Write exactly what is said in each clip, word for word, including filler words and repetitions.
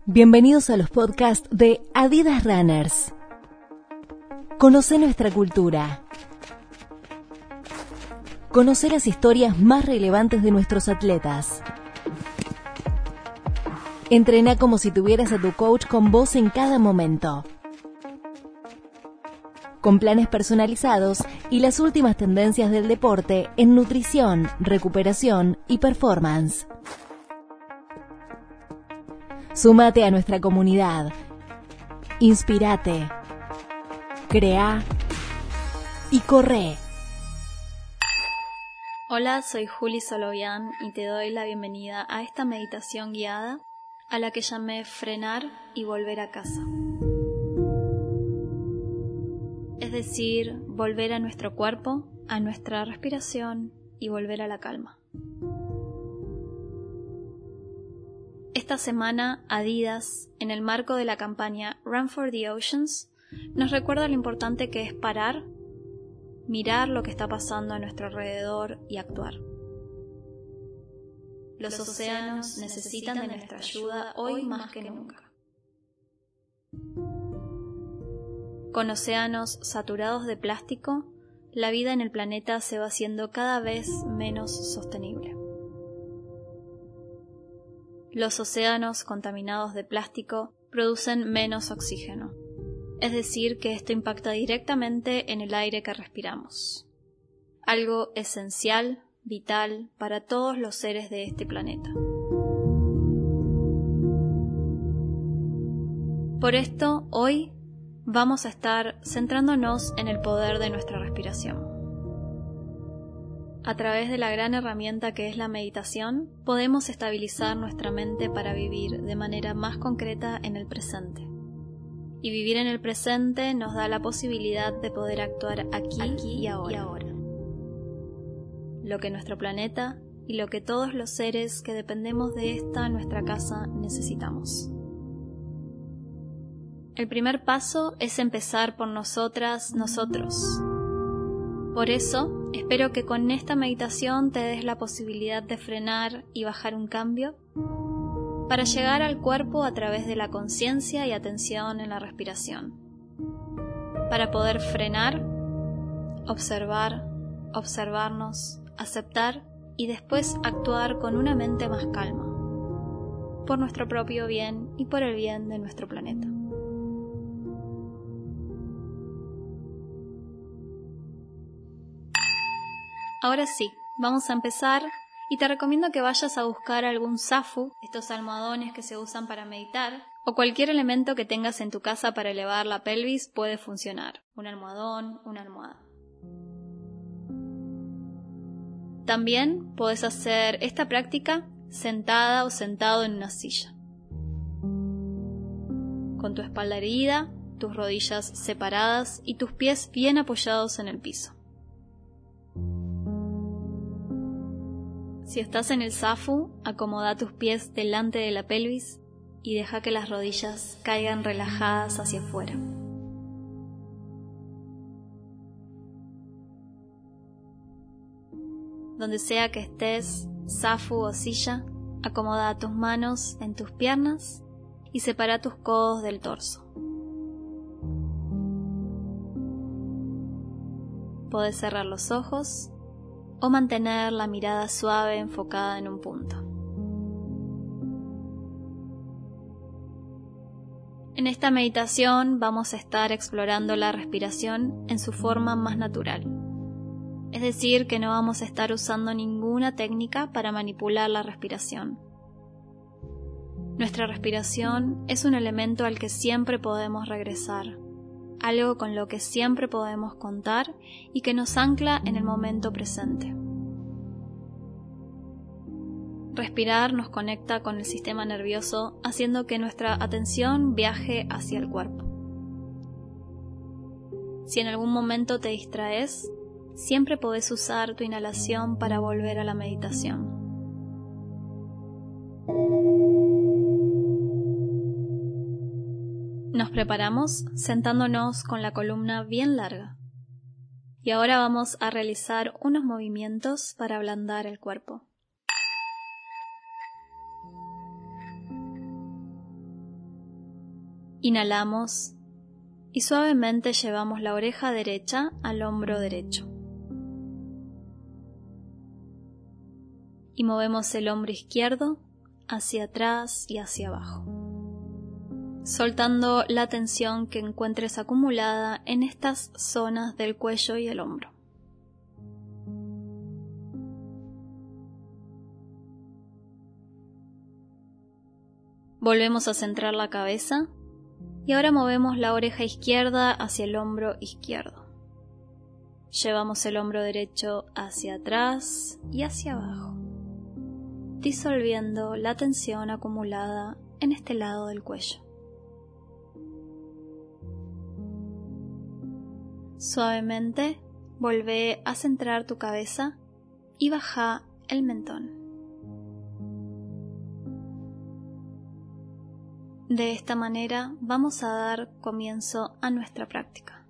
Bienvenidos a los podcasts de Adidas Runners. Conoce nuestra cultura. Conoce las historias más relevantes de nuestros atletas. Entrena como si tuvieras a tu coach con vos en cada momento. Con planes personalizados y las últimas tendencias del deporte en nutrición, recuperación y performance. Súmate a nuestra comunidad. Inspírate. Crea y corre. Hola, soy Juli Solovian y te doy la bienvenida a esta meditación guiada a la que llamé frenar y volver a casa. Es decir, volver a nuestro cuerpo, a nuestra respiración y volver a la calma. Esta semana, Adidas, en el marco de la campaña Run for the Oceans, nos recuerda lo importante que es parar, mirar lo que está pasando a nuestro alrededor y actuar. Los océanos necesitan de nuestra ayuda hoy más que nunca. Con océanos saturados de plástico, la vida en el planeta se va haciendo cada vez menos sostenible. Los océanos contaminados de plástico producen menos oxígeno, es decir, que esto impacta directamente en el aire que respiramos, algo esencial, vital para todos los seres de este planeta. Por esto, hoy vamos a estar centrándonos en el poder de nuestra respiración. A través de la gran herramienta que es la meditación, podemos estabilizar nuestra mente para vivir de manera más concreta en el presente. Y vivir en el presente nos da la posibilidad de poder actuar aquí, aquí y, ahora. y ahora. Lo que nuestro planeta y lo que todos los seres que dependemos de esta nuestra casa necesitamos. El primer paso es empezar por nosotras, nosotros. Por eso, espero que con esta meditación te des la posibilidad de frenar y bajar un cambio para llegar al cuerpo a través de la conciencia y atención en la respiración. Para poder frenar, observar, observarnos, aceptar y después actuar con una mente más calma, por nuestro propio bien y por el bien de nuestro planeta. Ahora sí, vamos a empezar y te recomiendo que vayas a buscar algún zafu, estos almohadones que se usan para meditar, o cualquier elemento que tengas en tu casa para elevar la pelvis puede funcionar, un almohadón, una almohada. También puedes hacer esta práctica sentada o sentado en una silla, con tu espalda erguida, tus rodillas separadas y tus pies bien apoyados en el piso. Si estás en el zafu, acomoda tus pies delante de la pelvis y deja que las rodillas caigan relajadas hacia afuera. Donde sea que estés, zafu o silla, acomoda tus manos en tus piernas y separa tus codos del torso. Podés cerrar los ojos o mantener la mirada suave enfocada en un punto. En esta meditación vamos a estar explorando la respiración en su forma más natural. Es decir, que no vamos a estar usando ninguna técnica para manipular la respiración. Nuestra respiración es un elemento al que siempre podemos regresar, algo con lo que siempre podemos contar y que nos ancla en el momento presente. Respirar nos conecta con el sistema nervioso, haciendo que nuestra atención viaje hacia el cuerpo. Si en algún momento te distraes, siempre podés usar tu inhalación para volver a la meditación. Nos preparamos sentándonos con la columna bien larga. Y ahora vamos a realizar unos movimientos para ablandar el cuerpo. Inhalamos y suavemente llevamos la oreja derecha al hombro derecho. Y movemos el hombro izquierdo hacia atrás y hacia abajo, soltando la tensión que encuentres acumulada en estas zonas del cuello y el hombro. Volvemos a centrar la cabeza y ahora movemos la oreja izquierda hacia el hombro izquierdo. Llevamos el hombro derecho hacia atrás y hacia abajo, disolviendo la tensión acumulada en este lado del cuello. Suavemente volvé a centrar tu cabeza y baja el mentón. De esta manera vamos a dar comienzo a nuestra práctica.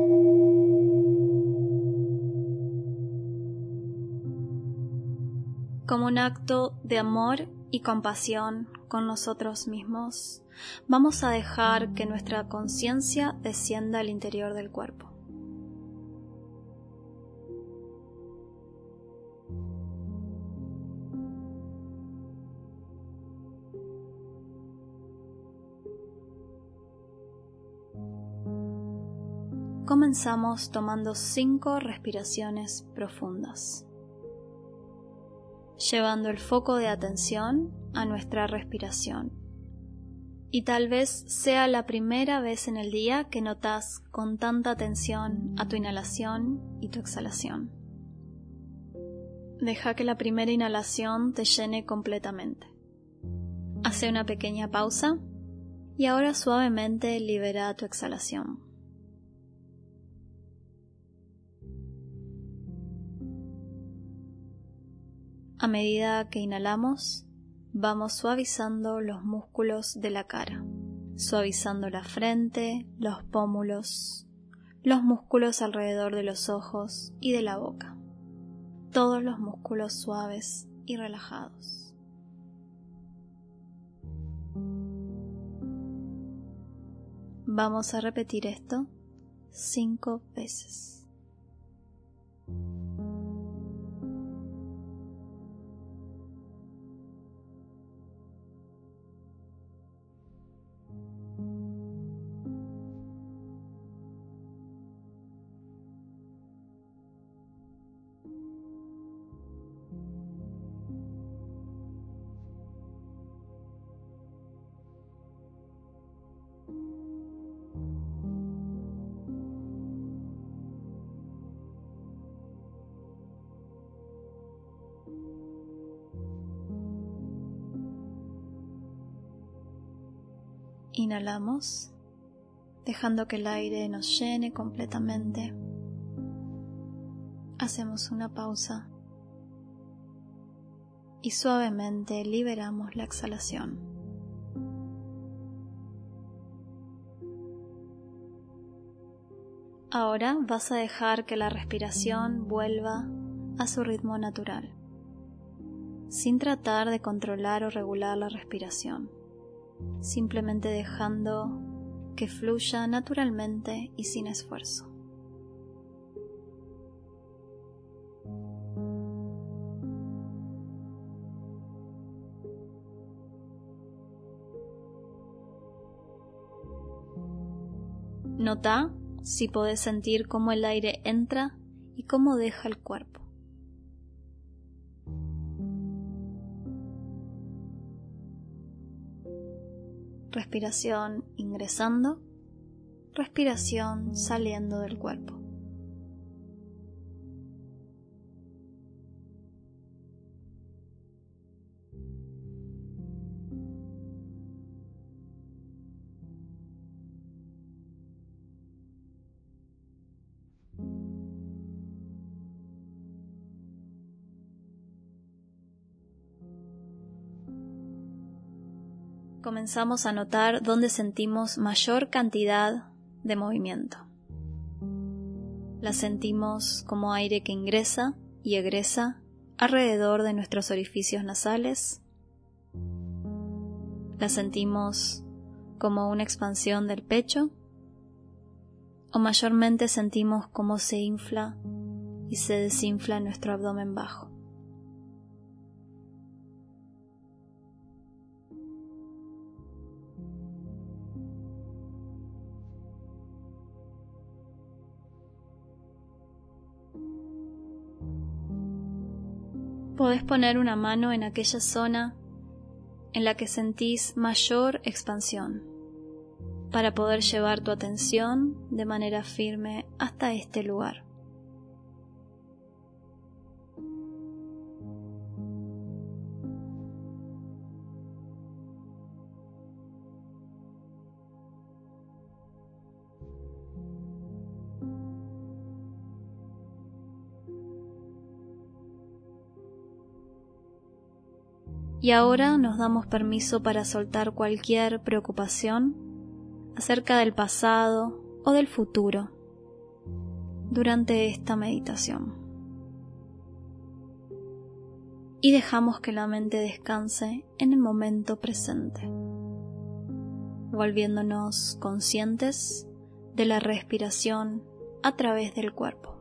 Como un acto de amor y compasión con nosotros mismos, vamos a dejar que nuestra conciencia descienda al interior del cuerpo. Comenzamos tomando cinco respiraciones profundas, llevando el foco de atención a nuestra respiración. Y tal vez sea la primera vez en el día que notas con tanta atención a tu inhalación y tu exhalación. Deja que la primera inhalación te llene completamente. Hace una pequeña pausa y ahora suavemente libera tu exhalación. A medida que inhalamos, vamos suavizando los músculos de la cara, suavizando la frente, los pómulos, los músculos alrededor de los ojos y de la boca. Todos los músculos suaves y relajados. Vamos a repetir esto cinco veces. Inhalamos, dejando que el aire nos llene completamente. Hacemos una pausa y suavemente liberamos la exhalación. Ahora vas a dejar que la respiración vuelva a su ritmo natural, sin tratar de controlar o regular la respiración. Simplemente dejando que fluya naturalmente y sin esfuerzo. Nota si podés sentir cómo el aire entra y cómo deja el cuerpo. Respiración ingresando, respiración saliendo del cuerpo. Comenzamos a notar dónde sentimos mayor cantidad de movimiento. La sentimos como aire que ingresa y egresa alrededor de nuestros orificios nasales. La sentimos como una expansión del pecho, o mayormente sentimos cómo se infla y se desinfla nuestro abdomen bajo. Podés poner una mano en aquella zona en la que sentís mayor expansión, para poder llevar tu atención de manera firme hasta este lugar. Y ahora nos damos permiso para soltar cualquier preocupación acerca del pasado o del futuro durante esta meditación. Y dejamos que la mente descanse en el momento presente, volviéndonos conscientes de la respiración a través del cuerpo.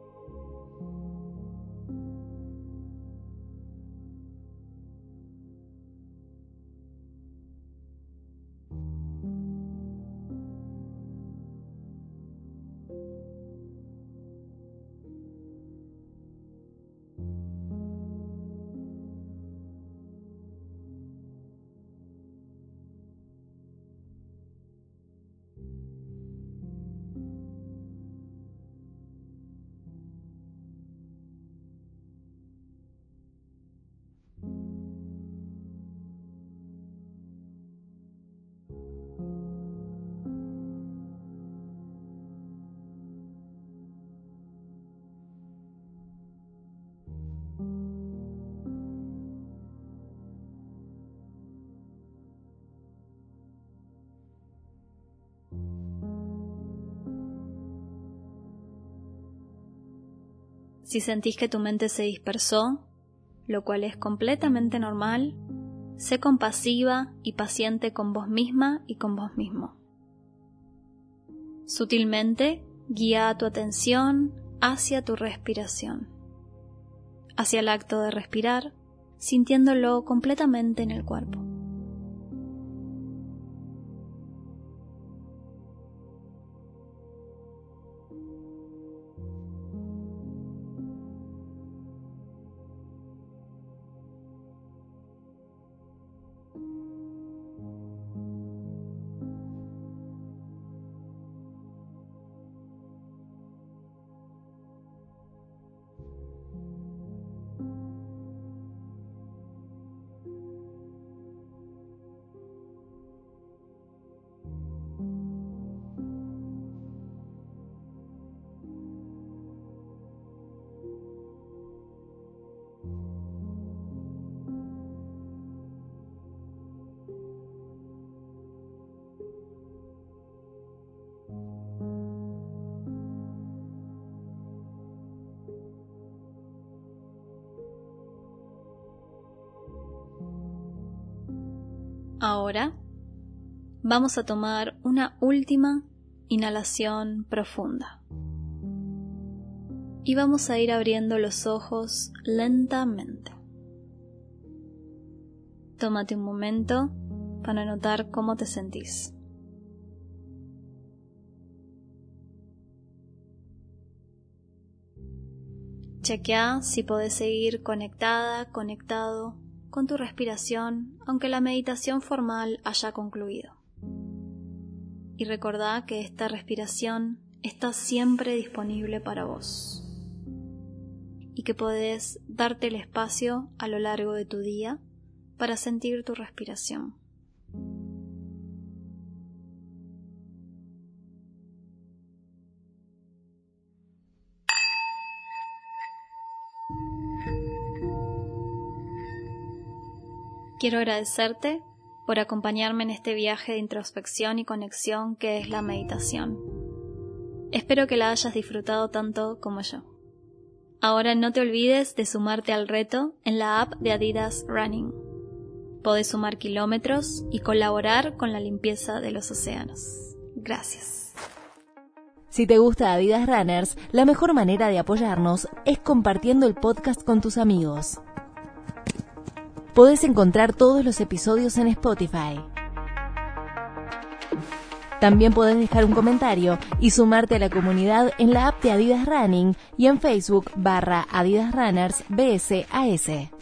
Si sentís que tu mente se dispersó, lo cual es completamente normal, sé compasiva y paciente con vos misma y con vos mismo. Sutilmente guía tu atención hacia tu respiración, hacia el acto de respirar, sintiéndolo completamente en el cuerpo. Ahora vamos a tomar una última inhalación profunda y vamos a ir abriendo los ojos lentamente. Tómate un momento para notar cómo te sentís. Chequea si podés seguir conectada, conectado con tu respiración, aunque la meditación formal haya concluido. Y recordá que esta respiración está siempre disponible para vos y que podés darte el espacio a lo largo de tu día para sentir tu respiración. Quiero agradecerte por acompañarme en este viaje de introspección y conexión que es la meditación. Espero que la hayas disfrutado tanto como yo. Ahora no te olvides de sumarte al reto en la app de Adidas Running. podés sumar kilómetros y colaborar con la limpieza de los océanos. Gracias. Si te gusta Adidas Runners, la mejor manera de apoyarnos es compartiendo el podcast con tus amigos. Podés encontrar todos los episodios en Spotify. También podés dejar un comentario y sumarte a la comunidad en la app de Adidas Running y en Facebook barra Adidas Runners B S A S.